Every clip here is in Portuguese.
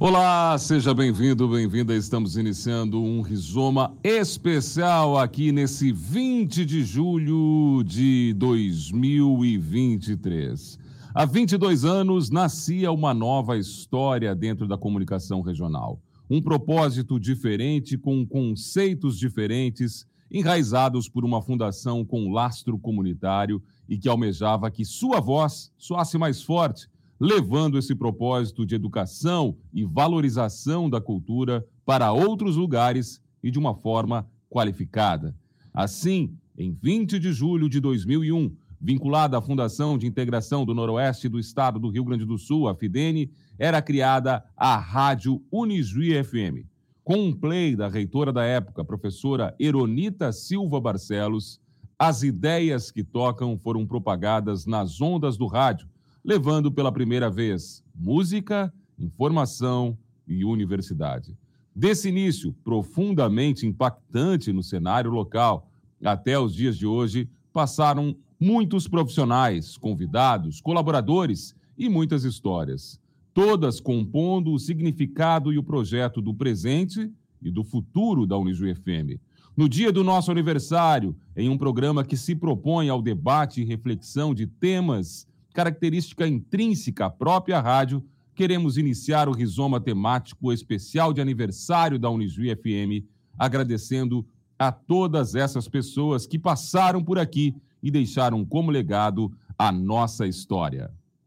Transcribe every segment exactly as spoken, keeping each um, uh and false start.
Olá, seja bem-vindo, bem-vinda. Estamos iniciando um Rizoma especial aqui nesse vinte de julho de dois mil e vinte e três. Há vinte e dois anos nascia uma nova história dentro da comunicação regional. Um propósito diferente, com conceitos diferentes, enraizados por uma fundação com lastro comunitário e que almejava que sua voz soasse mais forte, levando esse propósito de educação e valorização da cultura para outros lugares e de uma forma qualificada. Assim, em vinte de julho de dois mil e um, vinculada à Fundação de Integração do Noroeste do Estado do Rio Grande do Sul, a FIDENE, era criada a Rádio Unijuí F M. Com um play da reitora da época, professora Eronita Silva Barcelos, as ideias que tocam foram propagadas nas ondas do rádio, levando pela primeira vez música, informação e universidade. Desse início profundamente impactante no cenário local, até os dias de hoje, passaram muitos profissionais, convidados, colaboradores e muitas histórias, todas compondo o significado e o projeto do presente e do futuro da Unijuí F M. No dia do nosso aniversário, em um programa que se propõe ao debate e reflexão de temas característica intrínseca à própria rádio, queremos iniciar o Rizoma temático especial de aniversário da Unijuí F M, agradecendo a todas essas pessoas que passaram por aqui e deixaram como legado a nossa história.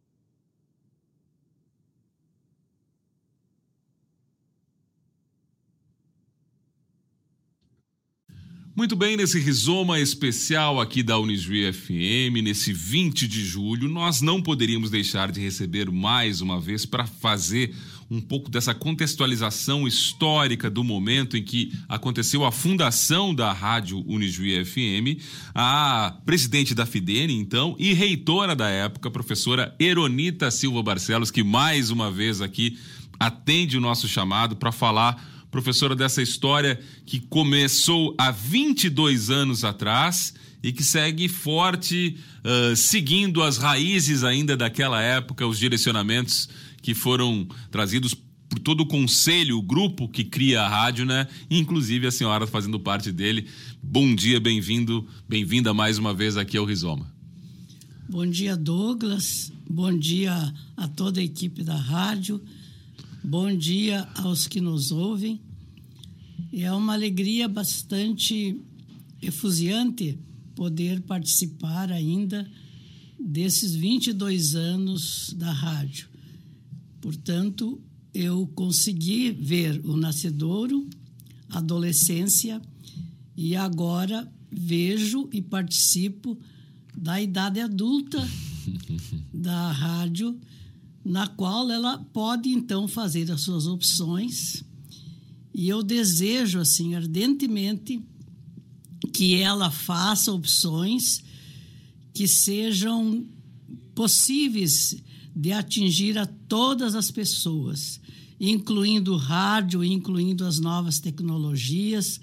Muito bem, nesse Rizoma especial aqui da Unijuí F M, nesse vinte de julho, nós não poderíamos deixar de receber mais uma vez para fazer um pouco dessa contextualização histórica do momento em que aconteceu a fundação da Rádio Unijuí F M, a presidente da FIDENE, então, e reitora da época, a professora Eronita Silva Barcelos, que mais uma vez aqui atende o nosso chamado para falar, professora, dessa história que começou há vinte e dois anos atrás e que segue forte, uh, seguindo as raízes ainda daquela época, os direcionamentos que foram trazidos por todo o conselho, o grupo que cria a rádio, né? Inclusive a senhora fazendo parte dele. Bom dia, bem-vindo, bem-vinda mais uma vez aqui ao Rizoma. Bom dia, Douglas. Bom dia a toda a equipe da rádio. Bom dia aos que nos ouvem. É uma alegria bastante efusiante poder participar ainda desses vinte e dois anos da rádio. Portanto, eu consegui ver o nascedouro, a adolescência, e agora vejo e participo da idade adulta da rádio, na qual ela pode, então, fazer as suas opções. E eu desejo, assim, ardentemente, que ela faça opções que sejam possíveis de atingir a todas as pessoas, incluindo o rádio, incluindo as novas tecnologias,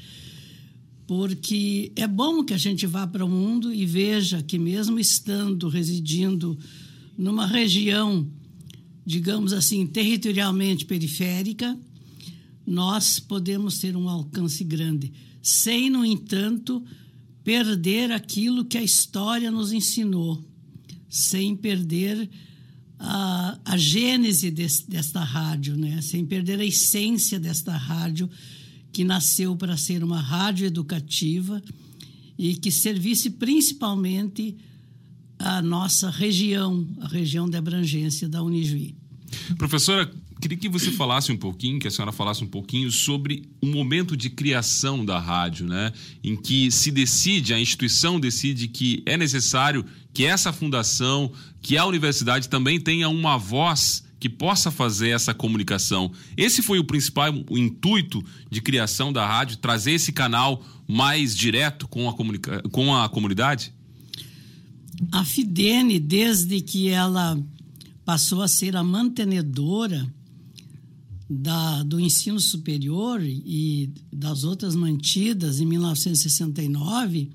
porque é bom que a gente vá para o mundo e veja que, mesmo estando, residindo numa região, digamos assim, territorialmente periférica, nós podemos ter um alcance grande, sem, no entanto, perder aquilo que a história nos ensinou, sem perder a, a gênese desse, desta rádio, né? Sem perder a essência desta rádio, que nasceu para ser uma rádio educativa e que servisse principalmente a nossa região, a região de abrangência da Unijuí. Professora, queria que você falasse um pouquinho, que a senhora falasse um pouquinho sobre o momento de criação da rádio, né? Em que se decide, a instituição decide que é necessário que essa fundação, que a universidade também tenha uma voz que possa fazer essa comunicação. Esse foi o principal o intuito de criação da rádio, trazer esse canal mais direto com a, comunica- com a comunidade? A FIDENE, desde que ela passou a ser a mantenedora Da, do ensino superior e das outras mantidas em mil novecentos e sessenta e nove,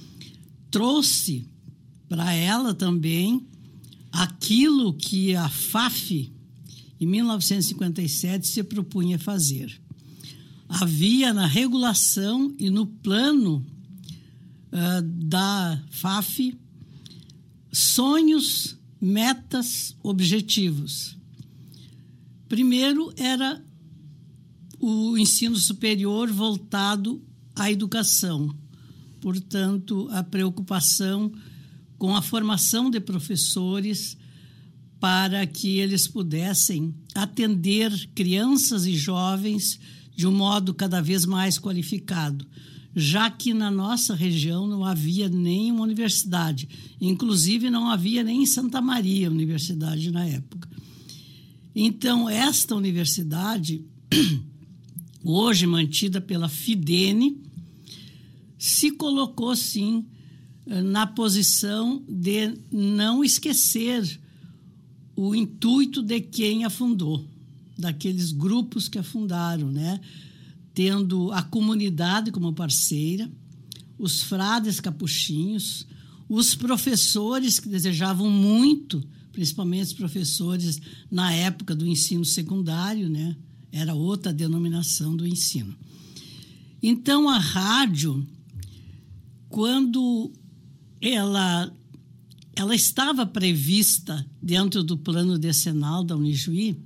trouxe para ela também aquilo que a F A F em mil novecentos e cinquenta e sete, se propunha fazer. Havia na regulação e no plano uh, da F A F sonhos, metas, objetivos. Primeiro era o ensino superior voltado à educação, portanto, a preocupação com a formação de professores para que eles pudessem atender crianças e jovens de um modo cada vez mais qualificado, já que na nossa região não havia nenhuma universidade. Inclusive, não havia nem em Santa Maria universidade na época. Então, esta universidade, hoje mantida pela Fidene, se colocou, sim, na posição de não esquecer o intuito de quem a fundou, daqueles grupos que a fundaram, né? Tendo a comunidade como parceira, os frades capuchinhos, os professores que desejavam muito, principalmente os professores na época do ensino secundário, né? Era outra denominação do ensino. Então, a rádio, quando ela, ela estava prevista dentro do plano decenal da Unijuí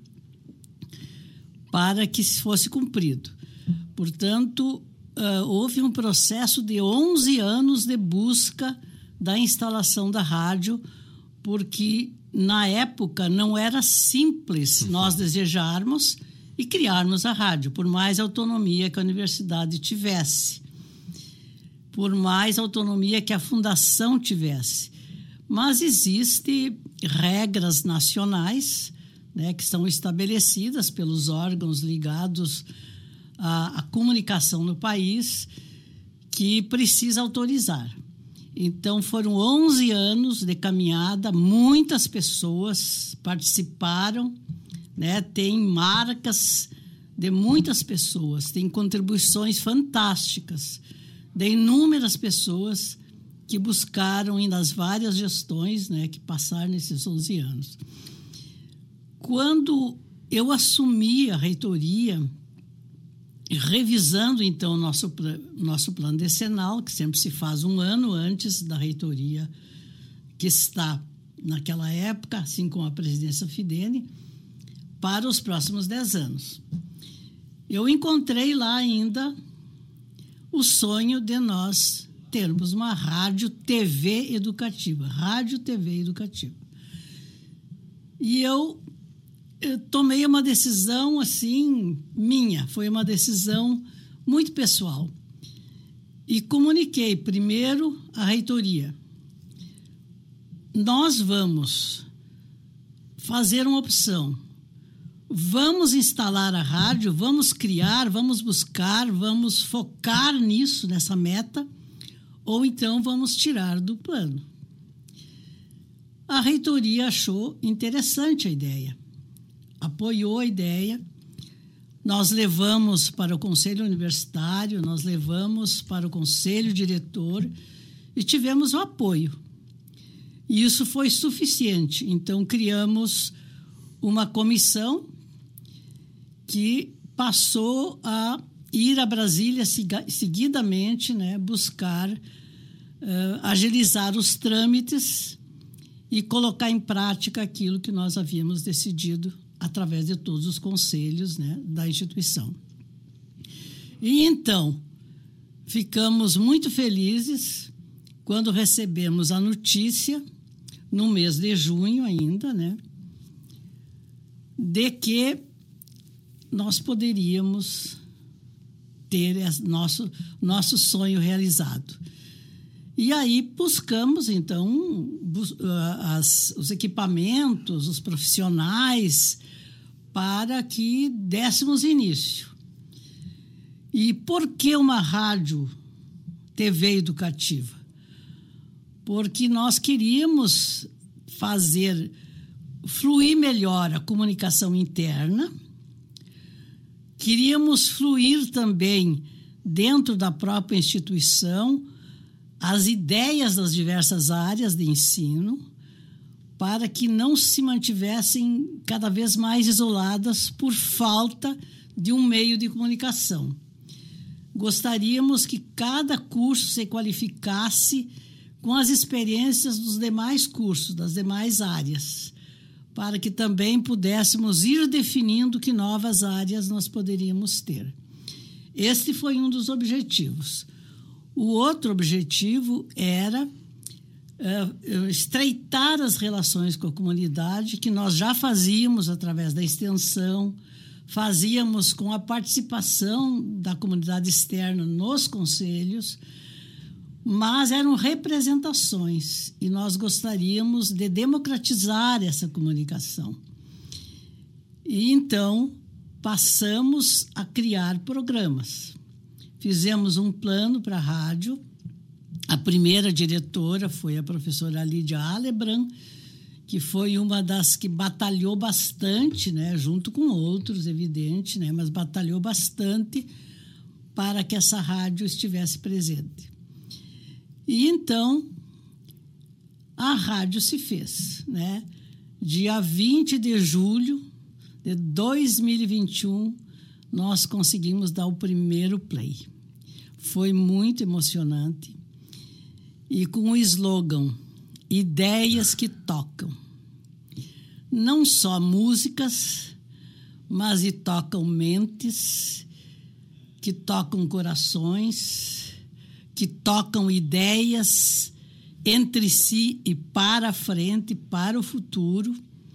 para que fosse cumprido. Portanto, uh, houve um processo de onze anos de busca da instalação da rádio, porque, na época, não era simples nós desejarmos e criarmos a rádio, por mais autonomia que a universidade tivesse, por mais autonomia que a fundação tivesse. Mas existem regras nacionais, né, que são estabelecidas pelos órgãos ligados à, à comunicação no país, que precisa autorizar. Então, foram onze anos de caminhada, muitas pessoas participaram, né, tem marcas de muitas pessoas, tem contribuições fantásticas de inúmeras pessoas que buscaram nas várias gestões, né, que passaram nesses onze anos. Quando eu assumi a reitoria, revisando, então, o nosso, nosso plano decenal, que sempre se faz um ano antes da reitoria que está naquela época, assim como a presidência Fidene, para os próximos dez anos. Eu encontrei lá ainda o sonho de nós termos uma rádio T V educativa, rádio T V educativa. E eu, eu tomei uma decisão, assim, minha, foi uma decisão muito pessoal. E comuniquei primeiro à reitoria. Nós vamos fazer uma opção. Vamos instalar a rádio, vamos criar, vamos buscar, vamos focar nisso, nessa meta, ou então vamos tirar do plano. A reitoria achou interessante a ideia, apoiou a ideia, nós levamos para o conselho universitário, nós levamos para o conselho diretor e tivemos o apoio. E isso foi suficiente, então criamos uma comissão que passou a ir a Brasília seguidamente, né, buscar uh, agilizar os trâmites e colocar em prática aquilo que nós havíamos decidido através de todos os conselhos, né, da instituição. E então, ficamos muito felizes quando recebemos a notícia, no mês de junho ainda, né, de que nós poderíamos ter nosso, nosso sonho realizado. E aí buscamos, então, as, os equipamentos, os profissionais, para que dessemos início. E por que uma rádio T V educativa? Porque nós queríamos fazer fluir melhor a comunicação interna, queríamos fluir também dentro da própria instituição as ideias das diversas áreas de ensino, para que não se mantivessem cada vez mais isoladas por falta de um meio de comunicação. Gostaríamos que cada curso se qualificasse com as experiências dos demais cursos, das demais áreas, para que também pudéssemos ir definindo que novas áreas nós poderíamos ter. Este foi um dos objetivos. O outro objetivo era uh, estreitar as relações com a comunidade, que nós já fazíamos através da extensão, fazíamos com a participação da comunidade externa nos conselhos, mas eram representações e nós gostaríamos de democratizar essa comunicação. E então passamos a criar programas. Fizemos um plano para a rádio. A primeira diretora foi a professora Lídia Alebrand, que foi uma das que batalhou bastante, né, junto com outros, evidente, né, mas batalhou bastante para que essa rádio estivesse presente. E então, a rádio se fez, né? Dia vinte de julho de dois mil e vinte e um, nós conseguimos dar o primeiro play. Foi muito emocionante. E com o slogan Ideias que Tocam. Não só músicas, mas e tocam mentes, que tocam corações, que tocam ideias entre si e para a frente, para o futuro.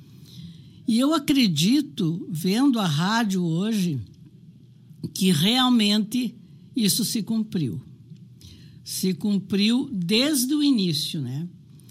E eu acredito, vendo a rádio hoje, que realmente isso se cumpriu. Se cumpriu desde o início, né?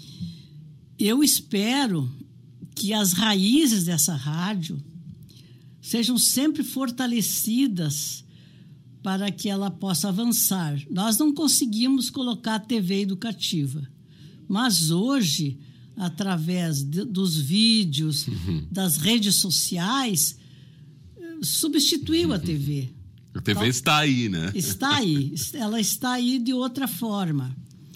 Eu espero que as raízes dessa rádio sejam sempre fortalecidas para que ela possa avançar. Nós não conseguimos colocar a T V educativa, mas hoje, através de, dos vídeos, uhum. das redes sociais, substituiu uhum. a T V. A T V então, está aí, né? Está aí. Ela está aí de outra forma.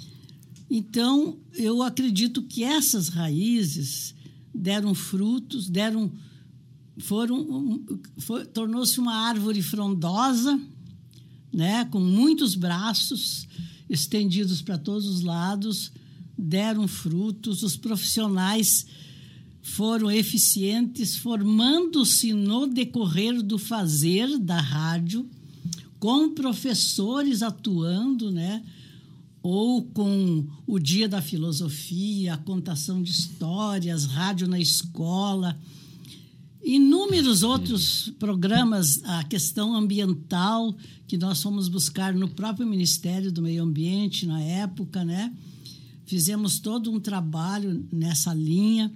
Então, eu acredito que essas raízes deram frutos, deram, foram, foi, tornou-se uma árvore frondosa, né, com muitos braços estendidos para todos os lados, deram frutos, os profissionais foram eficientes, formando-se no decorrer do fazer da rádio, com professores atuando, né, ou com o Dia da Filosofia, a contação de histórias, rádio na escola, inúmeros outros programas, a questão ambiental, que nós fomos buscar no próprio Ministério do Meio Ambiente, na época, né? Fizemos todo um trabalho nessa linha.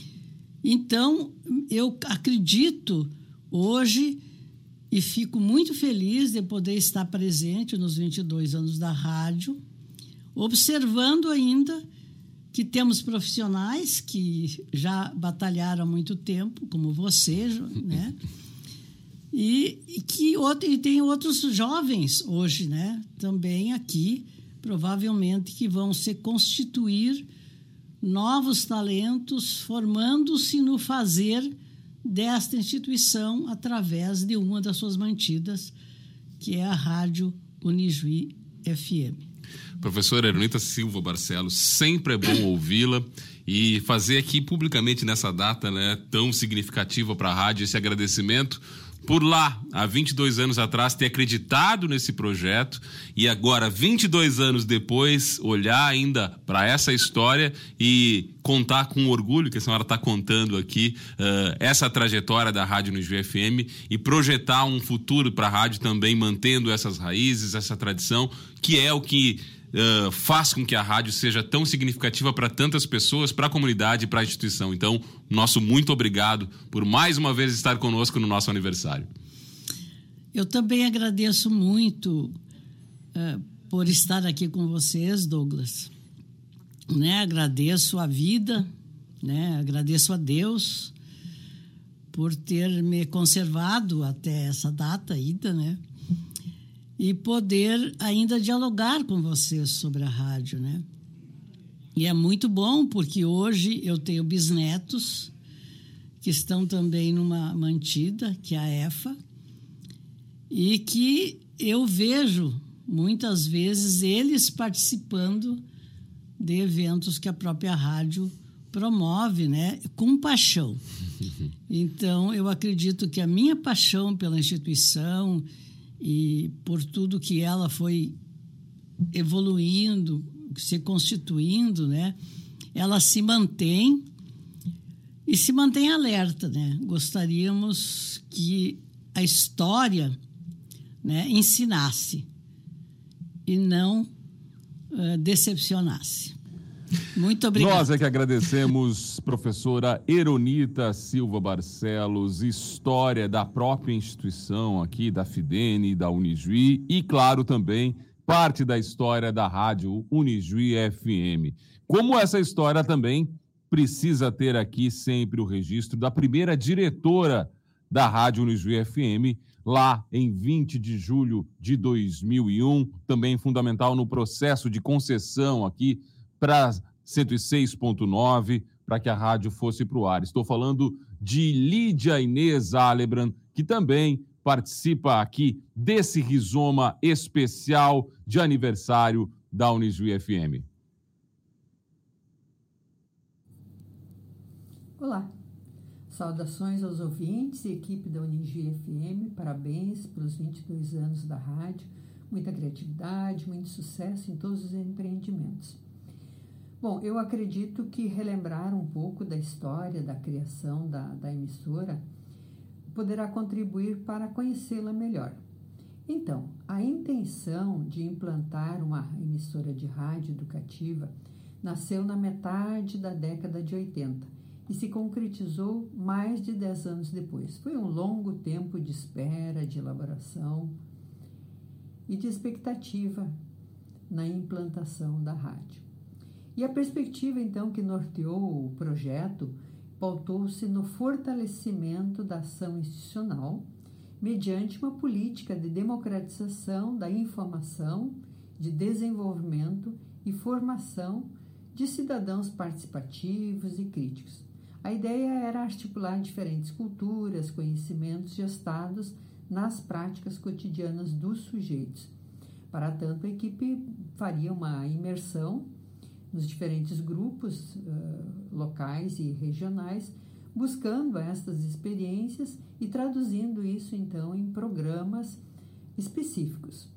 Então, eu acredito hoje e fico muito feliz de poder estar presente nos vinte e dois anos da rádio, observando ainda que temos profissionais que já batalharam há muito tempo, como você, né? E, e que outro, e tem outros jovens hoje, né? Também aqui, provavelmente, que vão se constituir novos talentos, formando-se no fazer desta instituição através de uma das suas mantidas, que é a Rádio Unijuí F M. Professora Ernita Silva Barcelos, sempre é bom ouvi-la e fazer aqui publicamente nessa data, né, tão significativa para a rádio esse agradecimento por lá, há vinte e dois anos atrás, ter acreditado nesse projeto e agora, vinte e dois anos depois, olhar ainda para essa história e contar com orgulho que a senhora está contando aqui uh, essa trajetória da Rádio Unijuí F M e projetar um futuro para a rádio também mantendo essas raízes, essa tradição, que é o que Uh, faz com que a rádio seja tão significativa para tantas pessoas, para a comunidade e para a instituição. Então, nosso muito obrigado por mais uma vez estar conosco no nosso aniversário. Eu também agradeço muito uh, por estar aqui com vocês, Douglas. Né? Agradeço a vida, né? Agradeço a Deus por ter me conservado até essa data ainda, né? E poder ainda dialogar com vocês sobre a rádio, né? E é muito bom, porque hoje eu tenho bisnetos que estão também numa mantida, que é a E F A, e que eu vejo, muitas vezes, eles participando de eventos que a própria rádio promove, né, com paixão. Então, eu acredito que a minha paixão pela instituição e por tudo que ela foi evoluindo, se constituindo, né, ela se mantém e se mantém alerta, né? Gostaríamos que a história, né, ensinasse e não uh, decepcionasse. Muito obrigada. Nós é que agradecemos, professora Eronita Silva Barcelos, história da própria instituição aqui, da Fidene, da Unijuí, e, claro, também parte da história da rádio Unijuí F M. Como essa história também precisa ter aqui sempre o registro da primeira diretora da rádio Unijuí F M, lá em vinte de julho de dois mil e um, também fundamental no processo de concessão aqui para cento e seis ponto nove, para que a rádio fosse para o ar. Estou falando de Lídia Inês Alebrand, que também participa aqui desse rizoma especial de aniversário da Unijuí F M. Olá, saudações aos ouvintes e equipe da Unijuí F M, parabéns pelos vinte e dois anos da rádio, muita criatividade, muito sucesso em todos os empreendimentos. Bom, eu acredito que relembrar um pouco da história da criação da, da emissora poderá contribuir para conhecê-la melhor. Então, a intenção de implantar uma emissora de rádio educativa nasceu na metade da década de oitenta e se concretizou mais de dez anos depois. Foi um longo tempo de espera, de elaboração e de expectativa na implantação da rádio. E a perspectiva, então, que norteou o projeto pautou-se no fortalecimento da ação institucional mediante uma política de democratização da informação, de desenvolvimento e formação de cidadãos participativos e críticos. A ideia era articular diferentes culturas, conhecimentos gestados nas práticas cotidianas dos sujeitos. Para tanto, a equipe faria uma imersão nos diferentes grupos uh, locais e regionais, buscando estas experiências e traduzindo isso, então, em programas específicos.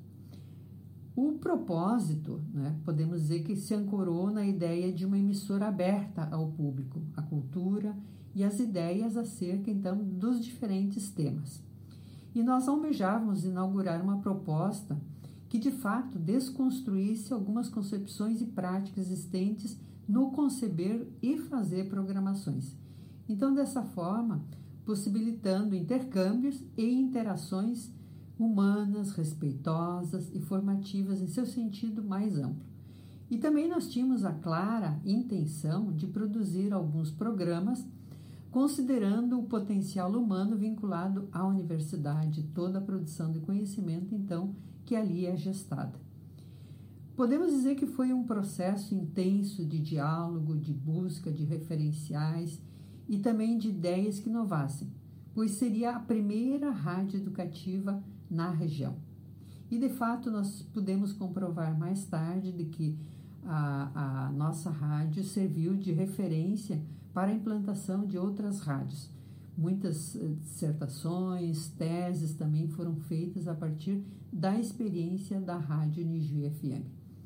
O propósito, né, podemos dizer que se ancorou na ideia de uma emissora aberta ao público, à cultura e às ideias acerca, então, dos diferentes temas. E nós almejávamos inaugurar uma proposta que, de fato, desconstruísse algumas concepções e práticas existentes no conceber e fazer programações. Então, dessa forma, possibilitando intercâmbios e interações humanas, respeitosas e formativas em seu sentido mais amplo. E também nós tínhamos a clara intenção de produzir alguns programas considerando o potencial humano vinculado à universidade, toda a produção de conhecimento, então, que ali é gestada. Podemos dizer que foi um processo intenso de diálogo, de busca de referenciais e também de ideias que inovassem, pois seria a primeira rádio educativa na região. E, de fato, nós pudemos comprovar mais tarde de que a, a nossa rádio serviu de referência para a implantação de outras rádios. Muitas dissertações, teses também foram feitas a partir da experiência da Rádio Unijuí F M.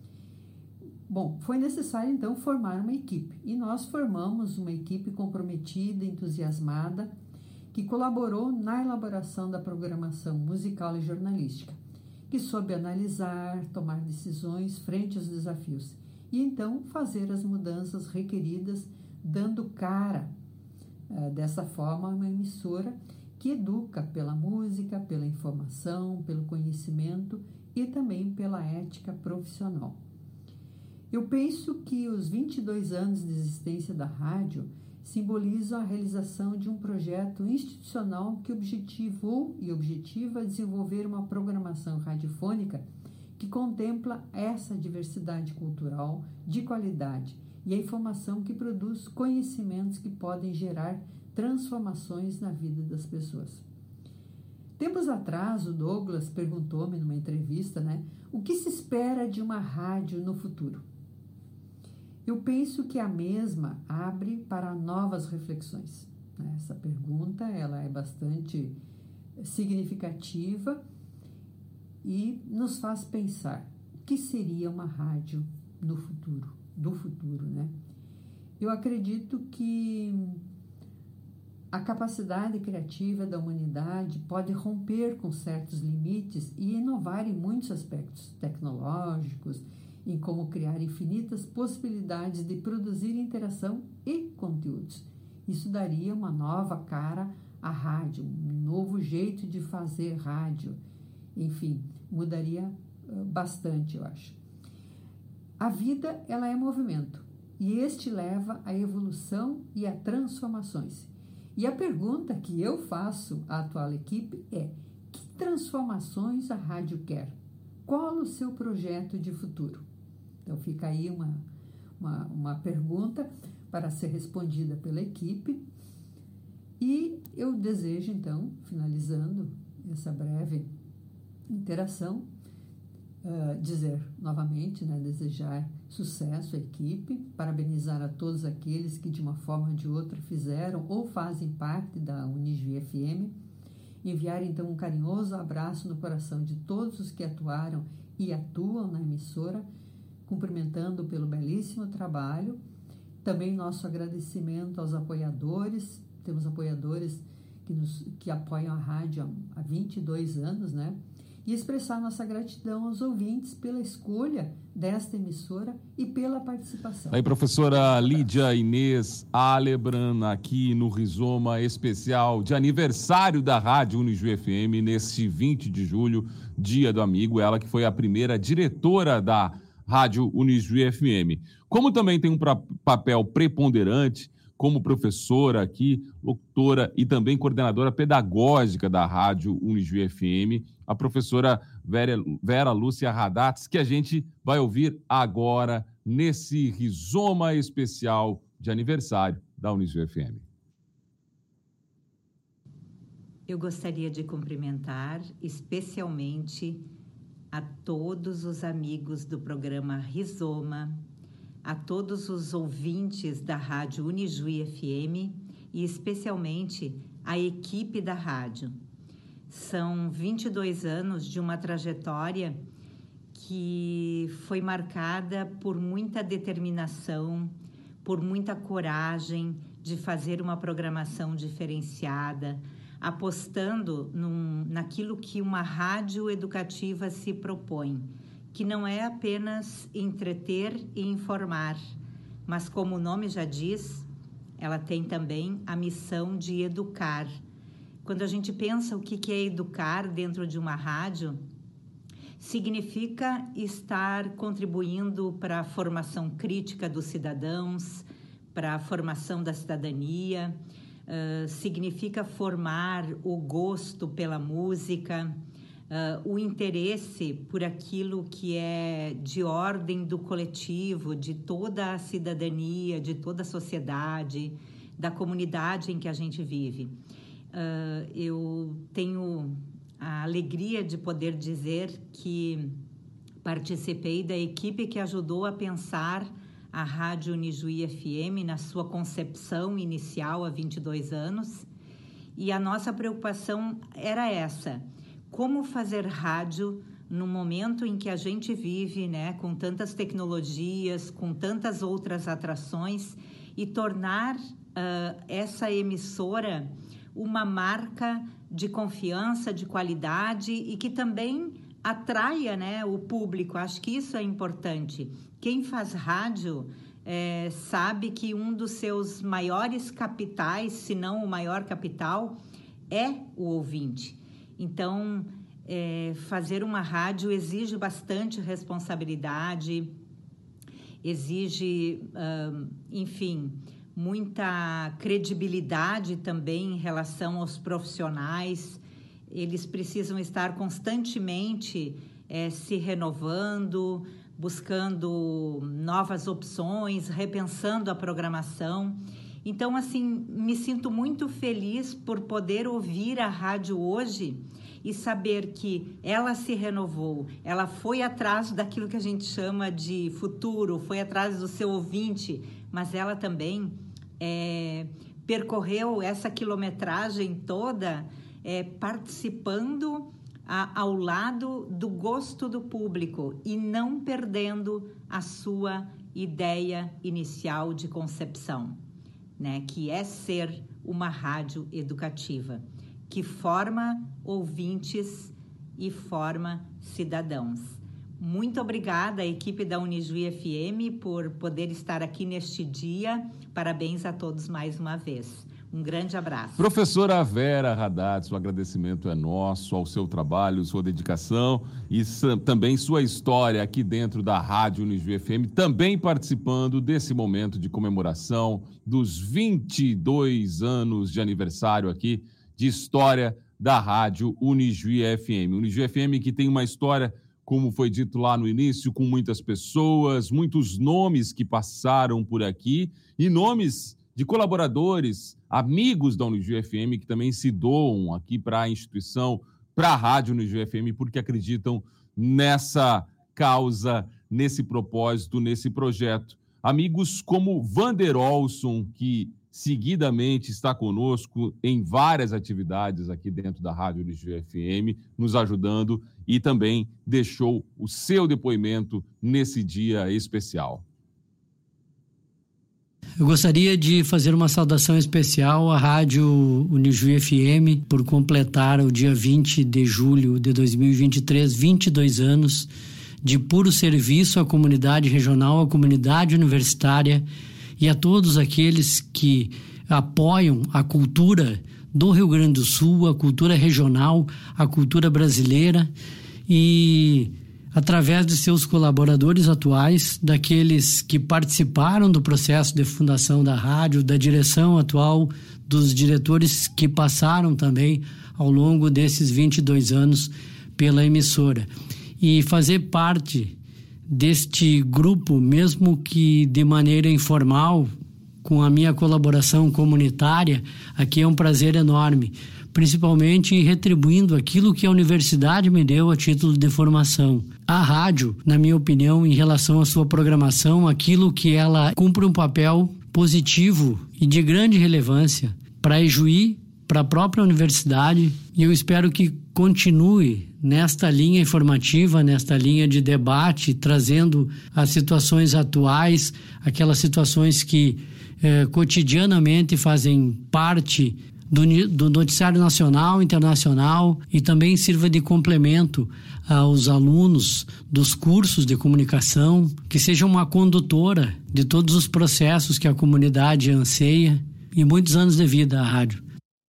Bom, foi necessário então formar uma equipe e nós formamos uma equipe comprometida, entusiasmada, que colaborou na elaboração da programação musical e jornalística, que soube analisar, tomar decisões frente aos desafios e então fazer as mudanças requeridas, dando cara dessa forma, uma emissora que educa pela música, pela informação, pelo conhecimento e também pela ética profissional. Eu penso que os vinte e dois anos de existência da rádio simbolizam a realização de um projeto institucional que objetivou e objetiva desenvolver uma programação radiofônica que contempla essa diversidade cultural de qualidade e a informação que produz conhecimentos que podem gerar transformações na vida das pessoas. Tempos atrás, o Douglas perguntou-me numa entrevista, né, o que se espera de uma rádio no futuro? Eu penso que a mesma abre para novas reflexões. Essa pergunta ela é bastante significativa e nos faz pensar o que seria uma rádio no futuro, do futuro, né? Eu acredito que a capacidade criativa da humanidade pode romper com certos limites e inovar em muitos aspectos tecnológicos, em como criar infinitas possibilidades de produzir interação e conteúdos. Isso daria uma nova cara à rádio, um novo jeito de fazer rádio. Enfim, mudaria bastante, eu acho. A vida, ela é movimento, e este leva à evolução e a transformações. E a pergunta que eu faço à atual equipe é: que transformações a rádio quer? Qual o seu projeto de futuro? Então fica aí uma, uma, uma pergunta para ser respondida pela equipe. E eu desejo, então, finalizando essa breve interação, uh, dizer novamente, né, desejar sucesso à equipe, parabenizar a todos aqueles que de uma forma ou de outra fizeram ou fazem parte da Unijuí F M, enviar então um carinhoso abraço no coração de todos os que atuaram e atuam na emissora, cumprimentando pelo belíssimo trabalho. Também nosso agradecimento aos apoiadores, temos apoiadores que, nos, que apoiam a rádio há, há vinte e dois anos, né? E expressar nossa gratidão aos ouvintes pela escolha desta emissora e pela participação. Aí, professora Lídia Inês Alebran, aqui no Rizoma Especial de aniversário da Rádio Unijuí F M, neste vinte de julho, Dia do Amigo, ela que foi a primeira diretora da Rádio Unijuí F M. Como também tem um pra, papel preponderante como professora aqui, locutora e também coordenadora pedagógica da Rádio Unijuí F M, a professora Vera, Vera Lúcia Radatz, que a gente vai ouvir agora nesse Rizoma Especial de aniversário da Unijuí F M. Eu gostaria de cumprimentar especialmente a todos os amigos do programa Rizoma, a todos os ouvintes da Rádio Unijuí F M e especialmente a equipe da rádio. São vinte e dois anos de uma trajetória que foi marcada por muita determinação, por muita coragem de fazer uma programação diferenciada, apostando num, naquilo que uma rádio educativa se propõe, que não é apenas entreter e informar, mas, como o nome já diz, ela tem também a missão de educar. Quando a gente pensa o que é educar dentro de uma rádio, significa estar contribuindo para a formação crítica dos cidadãos, para a formação da cidadania, uh, significa formar o gosto pela música, Uh, o interesse por aquilo que é de ordem do coletivo, de toda a cidadania, de toda a sociedade, da comunidade em que a gente vive. Uh, eu tenho a alegria de poder dizer que participei da equipe que ajudou a pensar a Rádio Unijuí F M na sua concepção inicial há vinte e dois anos, e a nossa preocupação era essa: como fazer rádio no momento em que a gente vive, né, com tantas tecnologias, com tantas outras atrações, e tornar uh, essa emissora uma marca de confiança, de qualidade e que também atraia, né, o público. Acho que isso é importante. Quem faz rádio é, sabe que um dos seus maiores capitais, se não o maior capital, é o ouvinte. Então, é, fazer uma rádio exige bastante responsabilidade, exige, uh, enfim, muita credibilidade também em relação aos profissionais. Eles precisam estar constantemente é, se renovando, buscando novas opções, repensando a programação. Então, assim, me sinto muito feliz por poder ouvir a rádio hoje e saber que ela se renovou, ela foi atrás daquilo que a gente chama de futuro, foi atrás do seu ouvinte, mas ela também é, percorreu essa quilometragem toda é, participando a, ao lado do gosto do público e não perdendo a sua ideia inicial de concepção, né, que é ser uma rádio educativa, que forma ouvintes e forma cidadãos. Muito obrigada à equipe da Unijuí F M por poder estar aqui neste dia. Parabéns a todos mais uma vez. Um grande abraço. Professora Vera Haddad, o agradecimento é nosso ao seu trabalho, sua dedicação e também sua história aqui dentro da Rádio Unijuí F M, também participando desse momento de comemoração dos vinte e dois anos de aniversário aqui de história da Rádio Unijuí F M. Unijuí F M que tem uma história, como foi dito lá no início, com muitas pessoas, muitos nomes que passaram por aqui e nomes de colaboradores, amigos da Unijuí F M que também se doam aqui para a instituição, para a Rádio Unijuí F M, porque acreditam nessa causa, nesse propósito, nesse projeto. Amigos como Vander Olson, que seguidamente está conosco em várias atividades aqui dentro da Rádio Unijuí F M, nos ajudando e também deixou o seu depoimento nesse dia especial. Eu gostaria de fazer uma saudação especial à Rádio Unijuí F M por completar o dia vinte de julho de dois mil e vinte e três, vinte e dois anos de puro serviço à comunidade regional, à comunidade universitária e a todos aqueles que apoiam a cultura do Rio Grande do Sul, a cultura regional, a cultura brasileira e, através de seus colaboradores atuais, daqueles que participaram do processo de fundação da rádio, da direção atual, dos diretores que passaram também ao longo desses vinte e dois anos pela emissora. E fazer parte deste grupo, mesmo que de maneira informal, com a minha colaboração comunitária, aqui é um prazer enorme, principalmente retribuindo aquilo que a universidade me deu a título de formação. A rádio, na minha opinião, em relação à sua programação, aquilo que ela cumpre um papel positivo e de grande relevância para a Ijuí, para a própria universidade, e eu espero que continue nesta linha informativa, nesta linha de debate, trazendo as situações atuais, aquelas situações que eh, cotidianamente fazem parte do, do noticiário nacional, internacional, e também sirva de complemento aos alunos dos cursos de comunicação, que seja uma condutora de todos os processos que a comunidade anseia, e muitos anos de vida à rádio.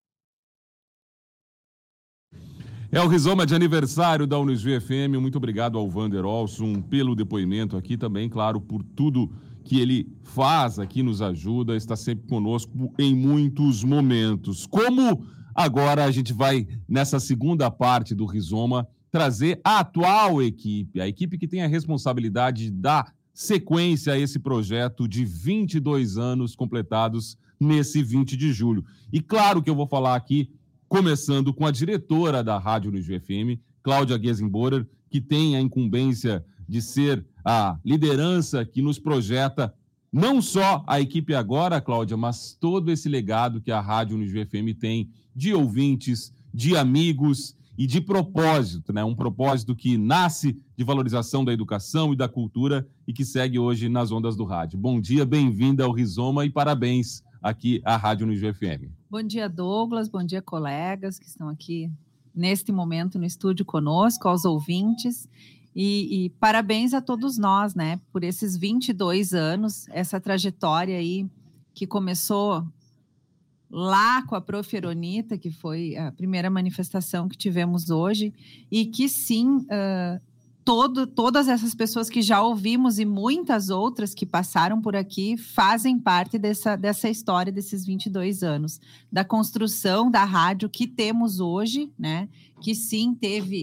É o rizoma de aniversário da Unijuí F M. Muito obrigado ao Vander Olson pelo depoimento aqui também, claro, por tudo que ele faz aqui, nos ajuda, está sempre conosco em muitos momentos. Como agora a gente vai, nessa segunda parte do rizoma, trazer a atual equipe, a equipe que tem a responsabilidade de dar sequência a esse projeto de vinte e dois anos completados nesse vinte de julho. E claro que eu vou falar aqui começando com a diretora da Rádio Unijuí F M, Cláudia Gesenborer, que tem a incumbência de ser a liderança que nos projeta não só a equipe agora, Cláudia, mas todo esse legado que a Rádio Unijuí F M tem de ouvintes, de amigos e de propósito, né? Um propósito que nasce de valorização da educação e da cultura e que segue hoje nas ondas do rádio. Bom dia, bem-vinda ao Rizoma e parabéns aqui à Rádio Unijuí F M. Bom dia, Douglas, bom dia, colegas que estão aqui neste momento no estúdio conosco, aos ouvintes, e, e parabéns a todos nós, né, por esses vinte e dois anos, essa trajetória aí que começou lá com a Prof Eronita, que foi a primeira manifestação que tivemos hoje, e que sim, uh, Todo, todas essas pessoas que já ouvimos e muitas outras que passaram por aqui fazem parte dessa, dessa história desses vinte e dois anos, da construção da rádio que temos hoje, né? Que sim teve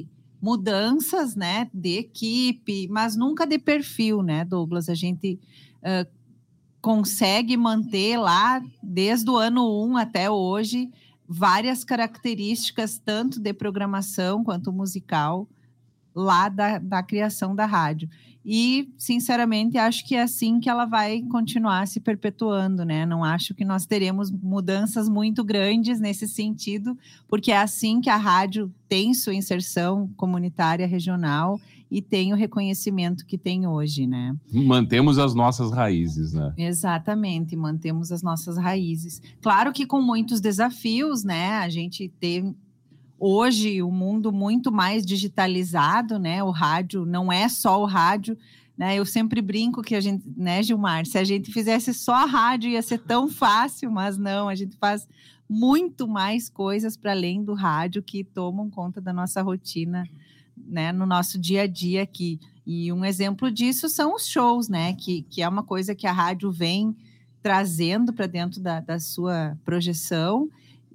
mudanças, né, de equipe, mas nunca de perfil, né, Douglas? A gente uh, consegue manter lá, desde o ano um até hoje, várias características, tanto de programação quanto musical, lá da, da criação da rádio. E, sinceramente, acho que é assim que ela vai continuar se perpetuando, né? Não acho que nós teremos mudanças muito grandes nesse sentido, porque é assim que a rádio tem sua inserção comunitária regional e tem o reconhecimento que tem hoje, né? Mantemos as nossas raízes, né? Exatamente, mantemos as nossas raízes. Claro que com muitos desafios, né? A gente tem hoje um mundo muito mais digitalizado, né? O rádio não é só o rádio, né? Eu sempre brinco que a gente, né, Gilmar, se a gente fizesse só a rádio ia ser tão fácil, mas não, a gente faz muito mais coisas para além do rádio que tomam conta da nossa rotina, né, no nosso dia a dia aqui. E um exemplo disso são os shows, né? Que, que é uma coisa que a rádio vem trazendo para dentro da, da sua projeção.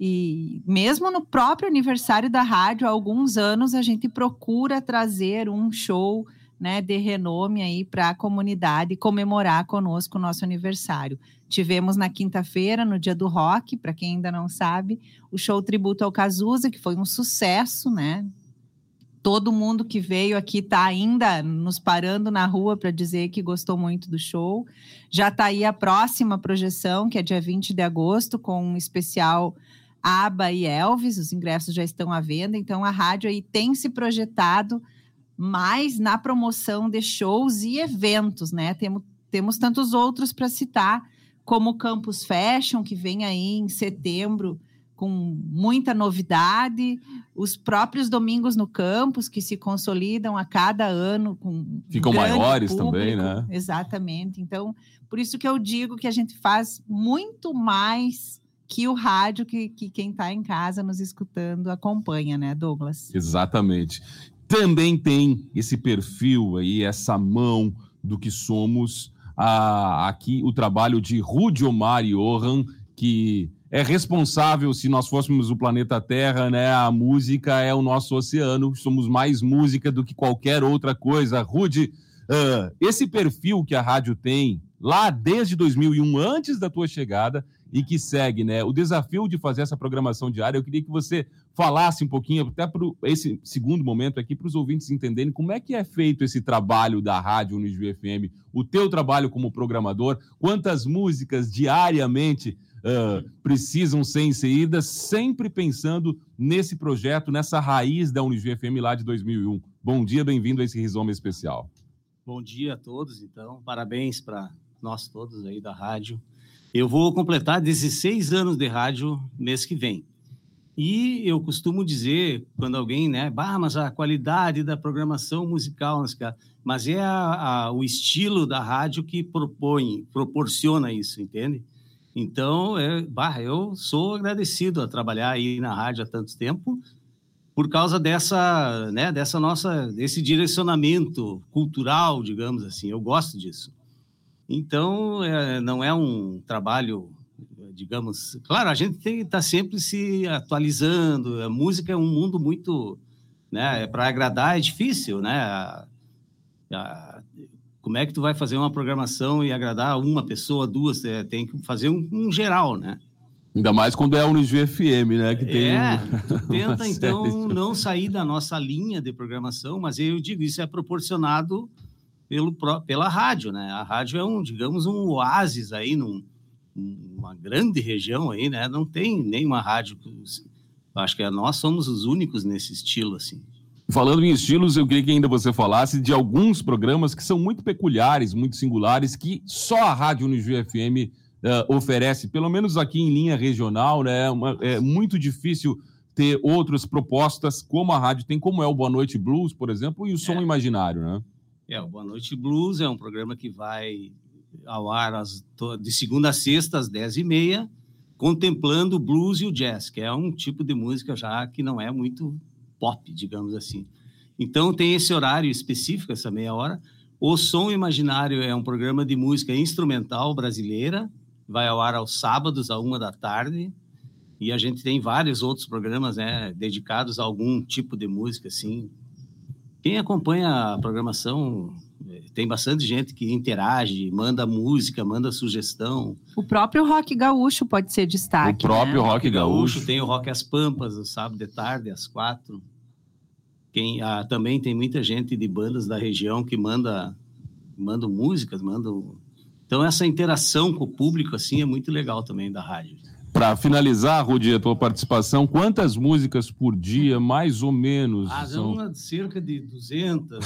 E mesmo no próprio aniversário da rádio, há alguns anos, a gente procura trazer um show, né, de renome aí para a comunidade comemorar conosco o nosso aniversário. Tivemos na quinta-feira, no dia do rock, para quem ainda não sabe, o show tributo ao Cazuza, que foi um sucesso, né? Todo mundo que veio aqui está ainda nos parando na rua para dizer que gostou muito do show. Já está aí a próxima projeção, que é dia vinte de agosto, com um especial ABBA e Elvis. Os ingressos já estão à venda. Então, a rádio aí tem se projetado mais na promoção de shows e eventos, né? Temos, temos tantos outros para citar, como o Campus Fashion, que vem aí em setembro, com muita novidade, os próprios domingos no campus, que se consolidam a cada ano. Com Ficam maiores público, também, né? Exatamente. Então, por isso que eu digo que a gente faz muito mais que o rádio que, que quem está em casa nos escutando acompanha, né, Douglas? Exatamente. Também tem esse perfil aí, essa mão do que somos, a, aqui o trabalho de Rudy Omar Johan, que é responsável, se nós fôssemos o planeta Terra, né? A música é o nosso oceano, somos mais música do que qualquer outra coisa. Rudy, uh, esse perfil que a rádio tem, lá desde dois mil e um, antes da tua chegada, e que segue, né? O desafio de fazer essa programação diária, eu queria que você falasse um pouquinho, até para esse segundo momento aqui, para os ouvintes entenderem como é que é feito esse trabalho da Rádio Unijuí F M, o teu trabalho como programador, quantas músicas diariamente Uh, precisam ser inseridas, sempre pensando nesse projeto, nessa raiz da Unijuí F M lá de dois mil e um. Bom dia, bem-vindo a esse Rizoma Especial. Bom dia a todos, então, parabéns para nós todos aí da rádio. Eu vou completar dezesseis anos de rádio mês que vem. E eu costumo dizer, quando alguém, né, bah, mas a qualidade da programação musical, mas é a, a, o estilo da rádio que propõe, proporciona isso, entende? Então, é, bah, eu sou agradecido a trabalhar aí na rádio há tanto tempo por causa dessa, né, dessa nossa, desse direcionamento cultural, digamos assim. Eu gosto disso. Então, é, não é um trabalho, digamos... Claro, a gente tem que estar sempre se atualizando. A música é um mundo muito... né, para agradar é difícil, né? A, a, Como é que tu vai fazer uma programação e agradar uma pessoa, duas? É, tem que fazer um, um geral, né? Ainda mais quando é a Unijuí F M, né? Que tem é, um... tu tenta, então, não sair da nossa linha de programação, mas eu digo, isso é proporcionado pelo, pela rádio, né? A rádio é um, digamos, um oásis aí, num, numa grande região aí, né? Não tem nenhuma rádio... Acho que nós somos os únicos nesse estilo, assim. Falando em estilos, eu queria que ainda você falasse de alguns programas que são muito peculiares, muito singulares, que só a Rádio Unijuí F M uh, oferece, pelo menos aqui em linha regional, né? Uma, é muito difícil ter outras propostas como a rádio tem, como é o Boa Noite Blues, por exemplo, e o Som é. Imaginário, né? É, o Boa Noite Blues é um programa que vai ao ar às, de segunda a sexta, às dez e meia, contemplando o blues e o jazz, que é um tipo de música já que não é muito... pop, digamos assim. Então, tem esse horário específico, essa meia hora. O Som Imaginário é um programa de música instrumental brasileira, vai ao ar aos sábados, à uma da tarde, e a gente tem vários outros programas, né, dedicados a algum tipo de música, assim, Quem acompanha a programação, tem bastante gente que interage, manda música, manda sugestão. O próprio Rock Gaúcho pode ser destaque. O próprio né? Rock Gaúcho. Tem o Rock As Pampas, no sábado de tarde, às quatro. Quem, ah, também tem muita gente de bandas da região que manda, manda músicas, mandam... Então, essa interação com o público, assim, é muito legal também da rádio. Para finalizar, Rudi, a tua participação, quantas músicas por dia, mais ou menos? Ah, são... uma, cerca de duzentas.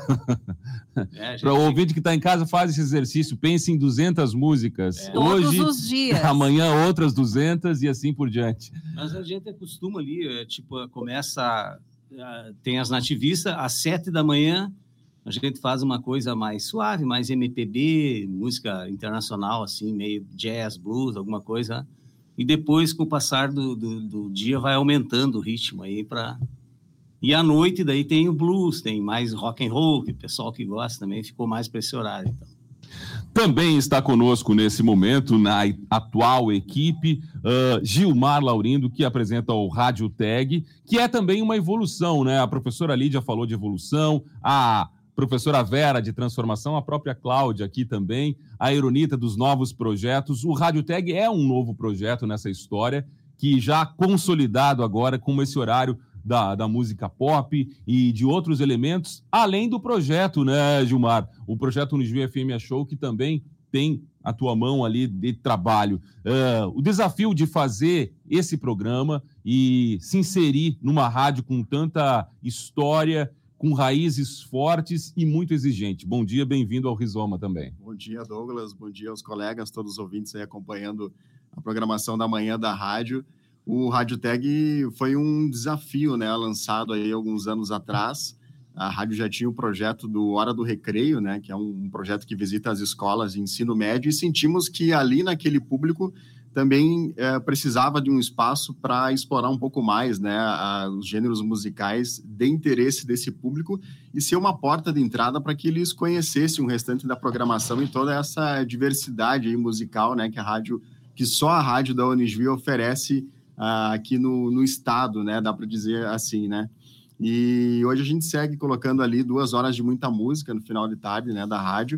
é, gente... Para o ouvinte que está em casa, faz esse exercício, pense em duzentas músicas. É. Hoje, todos os dias. Amanhã, outras duzentas e assim por diante. Mas a gente acostuma ali, é, tipo, começa... Tem as nativistas, às sete da manhã, a gente faz uma coisa mais suave, mais M P B, música internacional, assim, meio jazz, blues, alguma coisa... E depois, com o passar do, do, do dia, vai aumentando o ritmo aí para... E à noite, daí tem o blues, tem mais rock and roll, que o pessoal que gosta também ficou mais para esse horário. Então. Também está conosco nesse momento, na atual equipe, uh, Gilmar Laurindo, que apresenta o Rádio Tag, que é também uma evolução, né? A professora Lídia falou de evolução, a professora Vera de transformação, a própria Cláudia aqui também, a Eronita dos novos projetos. O Rádio Tag é um novo projeto nessa história, que já consolidado agora com esse horário da, da música pop e de outros elementos, além do projeto, né, Gilmar? O projeto Unijuí F M Show, que também tem a tua mão ali de trabalho. Uh, o desafio de fazer esse programa e se inserir numa rádio com tanta história, com raízes fortes e muito exigente. Bom dia, bem-vindo ao Rizoma também. Bom dia, Douglas. Bom dia aos colegas, todos os ouvintes aí acompanhando a programação da manhã da rádio. O Rádio Tag foi um desafio, né, lançado aí alguns anos atrás. A rádio já tinha o projeto do Hora do Recreio, né, que é um projeto que visita as escolas de ensino médio, e sentimos que ali naquele público também é, precisava de um espaço para explorar um pouco mais, né, a, os gêneros musicais de interesse desse público e ser uma porta de entrada para que eles conhecessem o restante da programação e toda essa diversidade aí musical, né, que a rádio, que só a rádio da Unijuí oferece uh, aqui no, no estado, né, dá para dizer assim, né. E hoje a gente segue colocando ali duas horas de muita música no final de tarde, né, da rádio,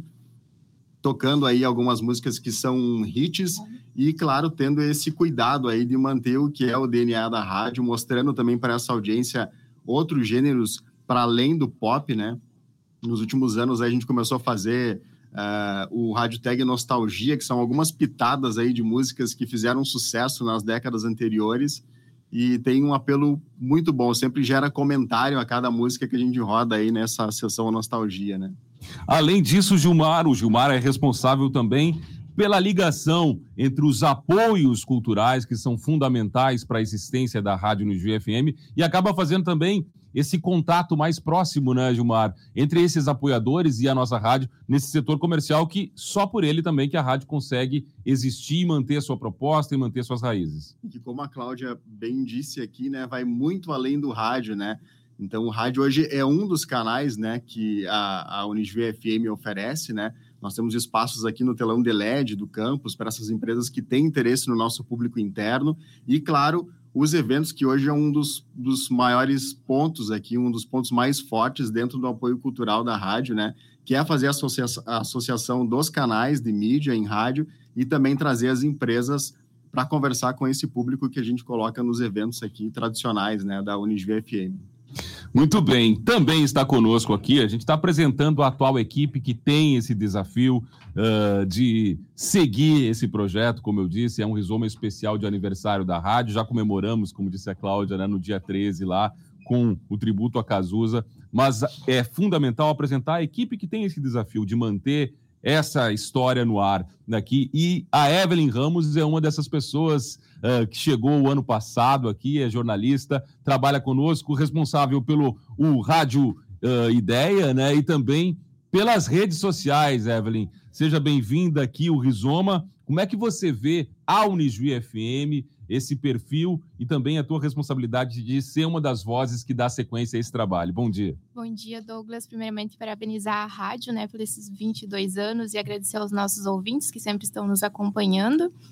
tocando aí algumas músicas que são hits e, claro, tendo esse cuidado aí de manter o que é o D N A da rádio, mostrando também para essa audiência outros gêneros para além do pop, né? Nos últimos anos a gente começou a fazer uh, o Rádio Tag Nostalgia, que são algumas pitadas aí de músicas que fizeram sucesso nas décadas anteriores e tem um apelo muito bom, sempre gera comentário a cada música que a gente roda aí nessa sessão Nostalgia, né? Além disso, Gilmar, o Gilmar é responsável também pela ligação entre os apoios culturais que são fundamentais para a existência da Rádio Unijuí F M e acaba fazendo também esse contato mais próximo, né, Gilmar, entre esses apoiadores e a nossa rádio nesse setor comercial que só por ele também que a rádio consegue existir e manter a sua proposta e manter suas raízes. E que, como a Cláudia bem disse aqui, né, vai muito além do rádio, né? Então, o rádio hoje é um dos canais, né, que a, a Unijuí F M oferece, né? Nós temos espaços aqui no telão de L E D do campus para essas empresas que têm interesse no nosso público interno e, claro, os eventos que hoje é um dos, dos maiores pontos aqui, um dos pontos mais fortes dentro do apoio cultural da rádio, né? Que é fazer a, associa a associação dos canais de mídia em rádio e também trazer as empresas para conversar com esse público que a gente coloca nos eventos aqui tradicionais, né, da Unijuí F M. Muito bem, também está conosco aqui, a gente está apresentando a atual equipe que tem esse desafio uh, de seguir esse projeto, como eu disse, é um Rizoma especial de aniversário da rádio, já comemoramos, como disse a Cláudia, né, no dia treze lá, com o tributo a Cazuza, mas é fundamental apresentar a equipe que tem esse desafio de manter essa história no ar aqui, e a Evelyn Ramos é uma dessas pessoas uh, que chegou o ano passado aqui, é jornalista, trabalha conosco, responsável pelo o Rádio uh, Ideia, né, e também pelas redes sociais, Evelyn. Seja bem-vinda aqui, o Rizoma. Como é que você vê a Unijuí F M, esse perfil e também a tua responsabilidade de ser uma das vozes que dá sequência a esse trabalho? Bom dia. Bom dia, Douglas. Primeiramente, parabenizar a rádio, né, por esses vinte e dois anos e agradecer aos nossos ouvintes que sempre estão nos acompanhando.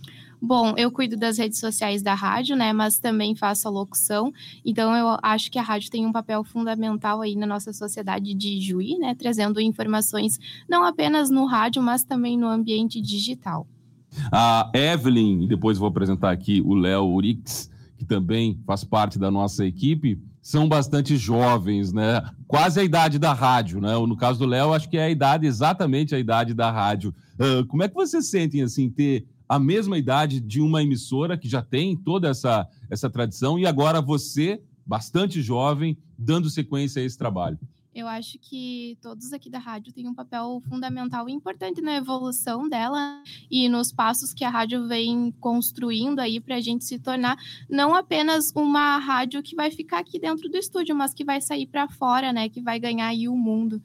Bom, eu cuido das redes sociais da rádio, né, mas também faço a locução, então eu acho que a rádio tem um papel fundamental aí na nossa sociedade de Juí, né, trazendo informações não apenas no rádio, mas também no ambiente digital. A Evelyn, e depois vou apresentar aqui o Léo Urix, que também faz parte da nossa equipe, são bastante jovens, né? Quase a idade da rádio, né? No caso do Léo, acho que é a idade, exatamente a idade da rádio. Uh, como é que vocês sentem, assim, ter a mesma idade de uma emissora que já tem toda essa, essa tradição e agora você, bastante jovem, dando sequência a esse trabalho? Eu acho que todos aqui da rádio têm um papel fundamental e importante na evolução dela e nos passos que a rádio vem construindo aí para a gente se tornar não apenas uma rádio que vai ficar aqui dentro do estúdio, mas que vai sair para fora, né? Que vai ganhar aí o mundo.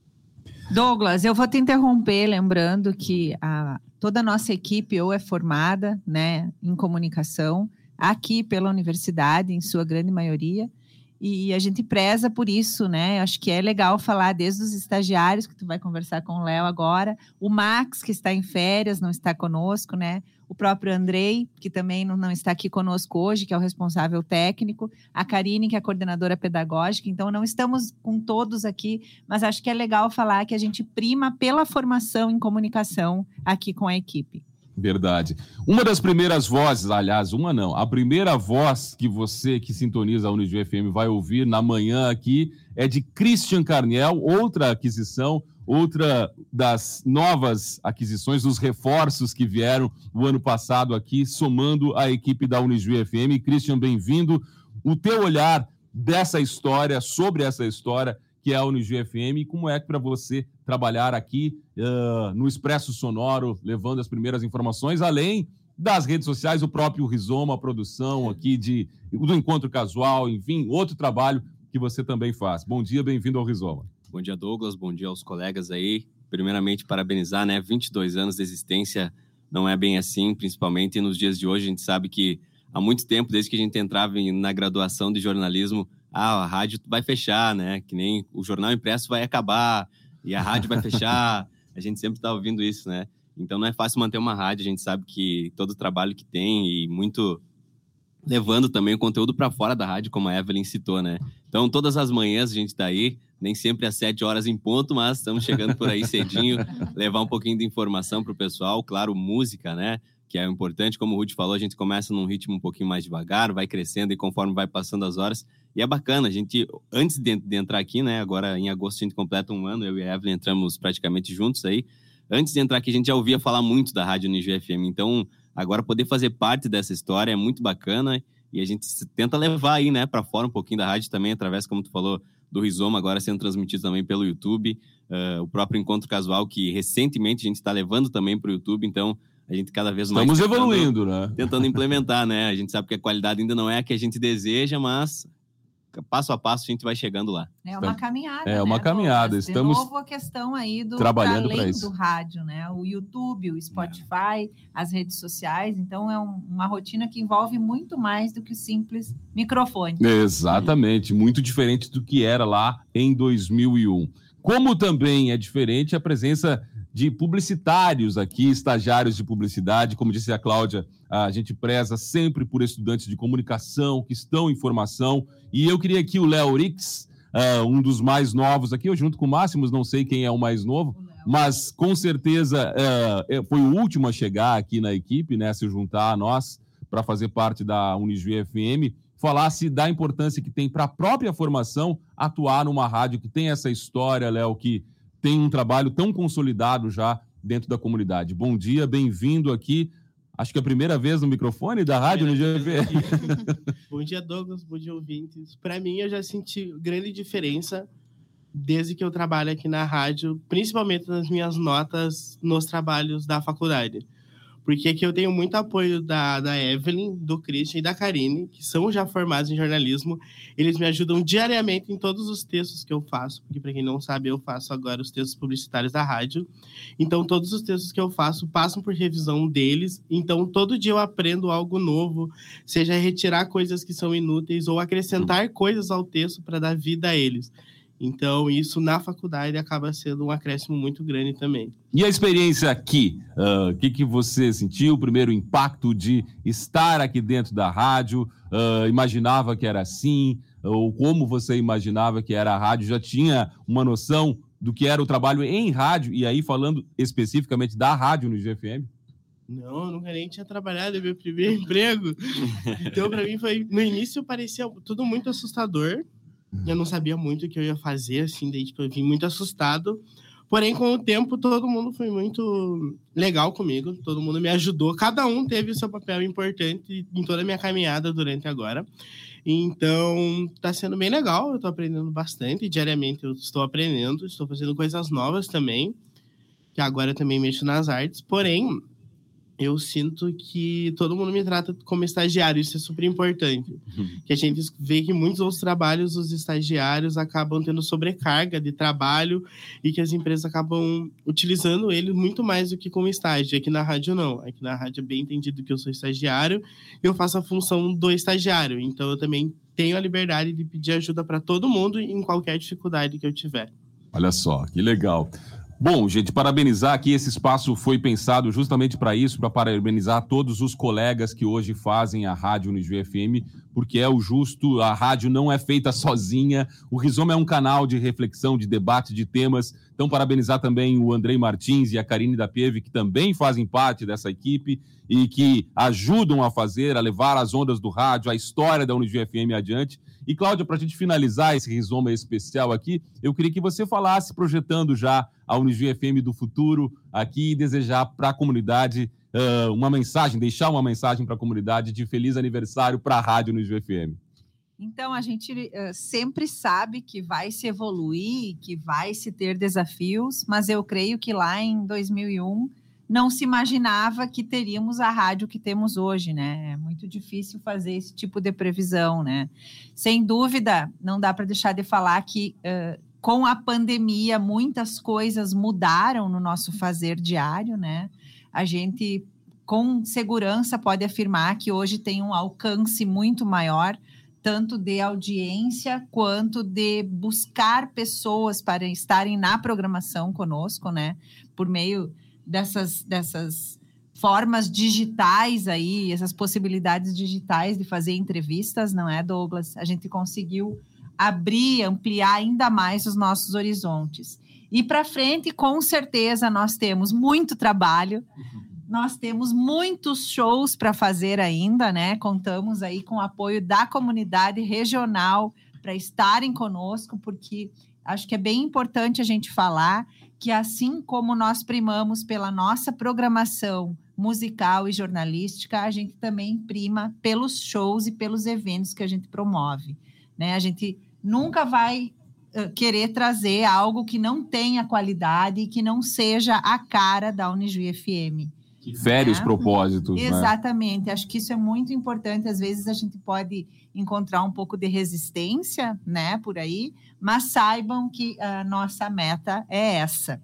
Douglas, eu vou te interromper lembrando que a, toda a nossa equipe ou é formada, né, em comunicação aqui pela universidade, em sua grande maioria. E a gente preza por isso, né? Acho que é legal falar desde os estagiários, que tu vai conversar com o Léo agora, o Max, que está em férias, não está conosco, né? O próprio Andrei, que também não, não está aqui conosco hoje, que é o responsável técnico, a Karine, que é a coordenadora pedagógica. Então, não estamos com todos aqui, mas acho que é legal falar que a gente prima pela formação em comunicação aqui com a equipe. Verdade. Uma das primeiras vozes, aliás, uma não, a primeira voz que você que sintoniza a Unijuí F M vai ouvir na manhã aqui é de Christian Carniel, outra aquisição, outra das novas aquisições, dos reforços que vieram o ano passado aqui, somando a equipe da Unijuí F M. Christian, bem-vindo. O teu olhar dessa história, sobre essa história que é a Unijuí F M, e como é que para você trabalhar aqui uh, no Expresso Sonoro, levando as primeiras informações, além das redes sociais, o próprio Rizoma, a produção aqui de, do Encontro Casual, enfim, outro trabalho que você também faz. Bom dia, bem-vindo ao Rizoma. Bom dia, Douglas, bom dia aos colegas aí. Primeiramente, parabenizar, né, vinte e dois anos de existência, não é bem assim, principalmente nos dias de hoje. A gente sabe que há muito tempo, desde que a gente entrava na graduação de jornalismo, ah, a rádio vai fechar, né? Que nem o jornal impresso vai acabar e a rádio vai fechar. A gente sempre está ouvindo isso, né? Então não é fácil manter uma rádio. A gente sabe que todo o trabalho que tem e muito levando também o conteúdo para fora da rádio, como a Evelyn citou, né? Então todas as manhãs a gente está aí, nem sempre às sete horas em ponto, mas estamos chegando por aí cedinho, levar um pouquinho de informação para o pessoal. Claro, música, né? Que é importante, como o Rudy falou, a gente começa num ritmo um pouquinho mais devagar, vai crescendo e conforme vai passando as horas. E é bacana, a gente, antes de, de entrar aqui, né, agora em agosto a gente completa um ano, eu e a Evelyn entramos praticamente juntos aí. Antes de entrar aqui, a gente já ouvia falar muito da Rádio Unijuí F M, então agora poder fazer parte dessa história é muito bacana e a gente tenta levar aí, né, para fora um pouquinho da rádio também, através, como tu falou, do Rizoma, agora sendo transmitido também pelo YouTube, uh, o próprio Encontro Casual, que recentemente a gente está levando também para o YouTube, então a gente cada vez mais... Estamos tentando, evoluindo, né? Tentando implementar, né? A gente sabe que a qualidade ainda não é a que a gente deseja, mas passo a passo a gente vai chegando lá. É uma caminhada, É uma né, caminhada. Douglas? Estamos de novo a questão aí do trabalhando além para isso. do rádio, né? O YouTube, o Spotify, é. as redes sociais. Então é um, uma rotina que envolve muito mais do que o simples microfone. Exatamente, muito diferente do que era lá em dois mil e um. Como também é diferente a presença de publicitários aqui, estagiários de publicidade. Como disse a Cláudia, a gente preza sempre por estudantes de comunicação que estão em formação. E eu queria aqui o Léo Urix, uh, um dos mais novos aqui, eu junto com o Máximos, não sei quem é o mais novo, mas com certeza uh, foi o último a chegar aqui na equipe, né, se juntar a nós para fazer parte da Unijuí F M, falasse da importância que tem para a própria formação atuar numa rádio que tem essa história, Léo, que tem um trabalho tão consolidado já dentro da comunidade. Bom dia, bem-vindo aqui. Acho que é a primeira vez no microfone da rádio no G V. Bom dia, Douglas. Bom dia, ouvintes. Para mim, eu já senti grande diferença desde que eu trabalho aqui na rádio, principalmente nas minhas notas nos trabalhos da faculdade. Porque aqui eu tenho muito apoio da, da Evelyn, do Christian e da Karine, que são já formados em jornalismo. Eles me ajudam diariamente em todos os textos que eu faço, porque, para quem não sabe, eu faço agora os textos publicitários da rádio. Então, todos os textos que eu faço passam por revisão deles. Então, todo dia eu aprendo algo novo, seja retirar coisas que são inúteis ou acrescentar coisas ao texto para dar vida a eles. Então, isso na faculdade acaba sendo um acréscimo muito grande também. E a experiência aqui? O uh, que, que você sentiu? O primeiro impacto de estar aqui dentro da rádio? Uh, imaginava que era assim? Ou como você imaginava que era a rádio? Já tinha uma noção do que era o trabalho em rádio? E aí, falando especificamente da rádio no G F M? Não, eu nunca nem tinha trabalhado, é meu primeiro emprego. Então, para mim, foi no início parecia tudo muito assustador. Eu não sabia muito o que eu ia fazer, assim, daí tipo, eu vim muito assustado. Porém, com o tempo, todo mundo foi muito legal comigo, todo mundo me ajudou. Cada um teve o seu papel importante em toda a minha caminhada durante agora. Então, tá sendo bem legal, eu tô aprendendo bastante. Diariamente eu estou aprendendo, estou fazendo coisas novas também, que agora eu também mexo nas artes. Porém, eu sinto que todo mundo me trata como estagiário, isso é super importante. Uhum. Que a gente vê que muitos outros trabalhos, os estagiários acabam tendo sobrecarga de trabalho e que as empresas acabam utilizando ele muito mais do que como estágio. Aqui na rádio não, aqui na rádio é bem entendido que eu sou estagiário e eu faço a função do estagiário, então eu também tenho a liberdade de pedir ajuda para todo mundo em qualquer dificuldade que eu tiver. Olha só, que legal. Bom, gente, parabenizar aqui, esse espaço foi pensado justamente para isso, para parabenizar todos os colegas que hoje fazem a Rádio Unijuí F M, porque é o justo, a rádio não é feita sozinha, o Rizoma é um canal de reflexão, de debate de temas, então parabenizar também o Andrei Martins e a Karine da Pieve, que também fazem parte dessa equipe e que ajudam a fazer, a levar as ondas do rádio, a história da Unijuí F M adiante. E, Cláudia, para a gente finalizar esse Rizoma especial aqui, eu queria que você falasse, projetando já a Unijuí F M do futuro aqui e desejar para a comunidade uh, uma mensagem, deixar uma mensagem para a comunidade de feliz aniversário para a Rádio Unijuí F M. Então, a gente uh, sempre sabe que vai se evoluir, que vai se ter desafios, mas eu creio que lá em dois mil e um não se imaginava que teríamos a rádio que temos hoje, né? É muito difícil fazer esse tipo de previsão, né? Sem dúvida, não dá para deixar de falar que uh, com a pandemia muitas coisas mudaram no nosso fazer diário, né? A gente, com segurança, pode afirmar que hoje tem um alcance muito maior, tanto de audiência quanto de buscar pessoas para estarem na programação conosco, né? Por meio dessas, dessas formas digitais aí, essas possibilidades digitais de fazer entrevistas, não é, Douglas? A gente conseguiu abrir, ampliar ainda mais os nossos horizontes. E para frente, com certeza, nós temos muito trabalho, nós temos muitos shows para fazer ainda, né? Contamos aí com o apoio da comunidade regional para estarem conosco, porque acho que é bem importante a gente falar que assim como nós primamos pela nossa programação musical e jornalística, a gente também prima pelos shows e pelos eventos que a gente promove, né? A gente nunca vai uh, querer trazer algo que não tenha qualidade e que não seja a cara da Unijuí F M. Que fere, né, os propósitos. Exatamente. Né? Acho que isso é muito importante. Às vezes a gente pode encontrar um pouco de resistência, né, por aí, mas saibam que a nossa meta é essa.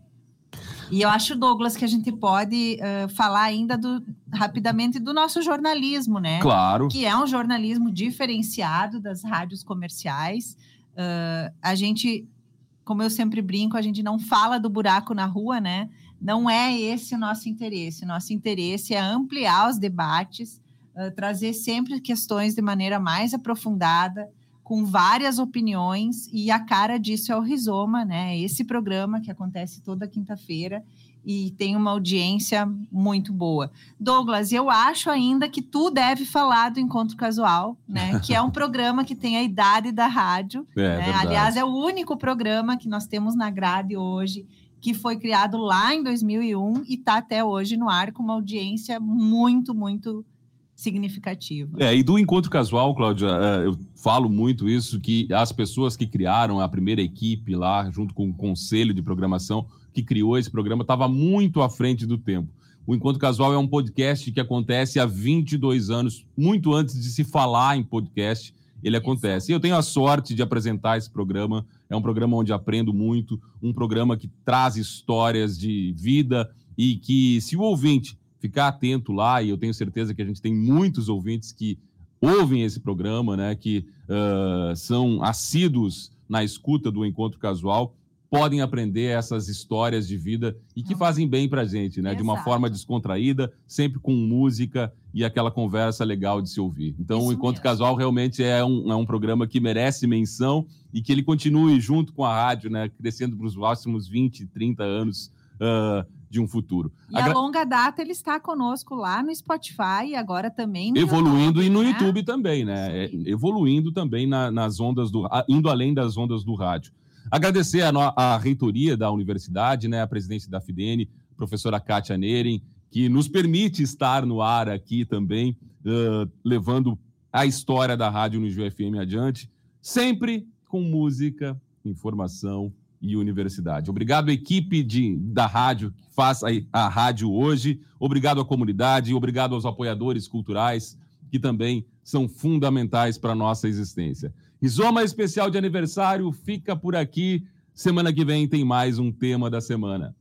E eu acho, Douglas, que a gente pode uh, falar ainda do, rapidamente do nosso jornalismo, né? Claro. Que é um jornalismo diferenciado das rádios comerciais. Uh, a gente, como eu sempre brinco, a gente não fala do buraco na rua, né? Não é esse o nosso interesse. O nosso interesse é ampliar os debates, uh, trazer sempre questões de maneira mais aprofundada, com várias opiniões, e a cara disso é o Rizoma, né? Esse programa que acontece toda quinta-feira e tem uma audiência muito boa. Douglas, eu acho ainda que tu deve falar do Encontro Casual, né? Que é um programa que tem a idade da rádio. É, né? Aliás, é o único programa que nós temos na grade hoje, que foi criado lá em dois mil e um e está até hoje no ar com uma audiência muito, muito significativa. É, e do Encontro Casual, Cláudia, eu falo muito isso, que as pessoas que criaram a primeira equipe lá, junto com o conselho de programação que criou esse programa, estava muito à frente do tempo. O Encontro Casual é um podcast que acontece há vinte e dois anos, muito antes de se falar em podcast, ele acontece. E eu tenho a sorte de apresentar esse programa, é um programa onde aprendo muito, um programa que traz histórias de vida e que, se o ouvinte ficar atento lá, e eu tenho certeza que a gente tem muitos ouvintes que ouvem esse programa, né, que uh, são assíduos na escuta do Encontro Casual, podem aprender essas histórias de vida e que fazem bem pra gente, né? De uma forma descontraída, sempre com música e aquela conversa legal de se ouvir. Então, Isso o Encontro mesmo. Casual realmente é um, é um programa que merece menção e que ele continue junto com a rádio, né? Crescendo para os próximos vinte, trinta anos uh, de um futuro. E a, a longa data ele está conosco lá no Spotify e agora também no Evoluindo YouTube, e no né? YouTube também, né? É, evoluindo também na, nas ondas do... indo além das ondas do rádio. Agradecer a, a reitoria da universidade, né, a presidente da Fidene, professora Kátia Neren, que nos permite estar no ar aqui também, uh, levando a história da rádio Unijuí F M adiante, sempre com música, informação e universidade. Obrigado, equipe de, da rádio que faz a, a rádio hoje, obrigado à comunidade, obrigado aos apoiadores culturais, que também são fundamentais para a nossa existência. Rizoma especial de aniversário fica por aqui. Semana que vem tem mais um tema da semana.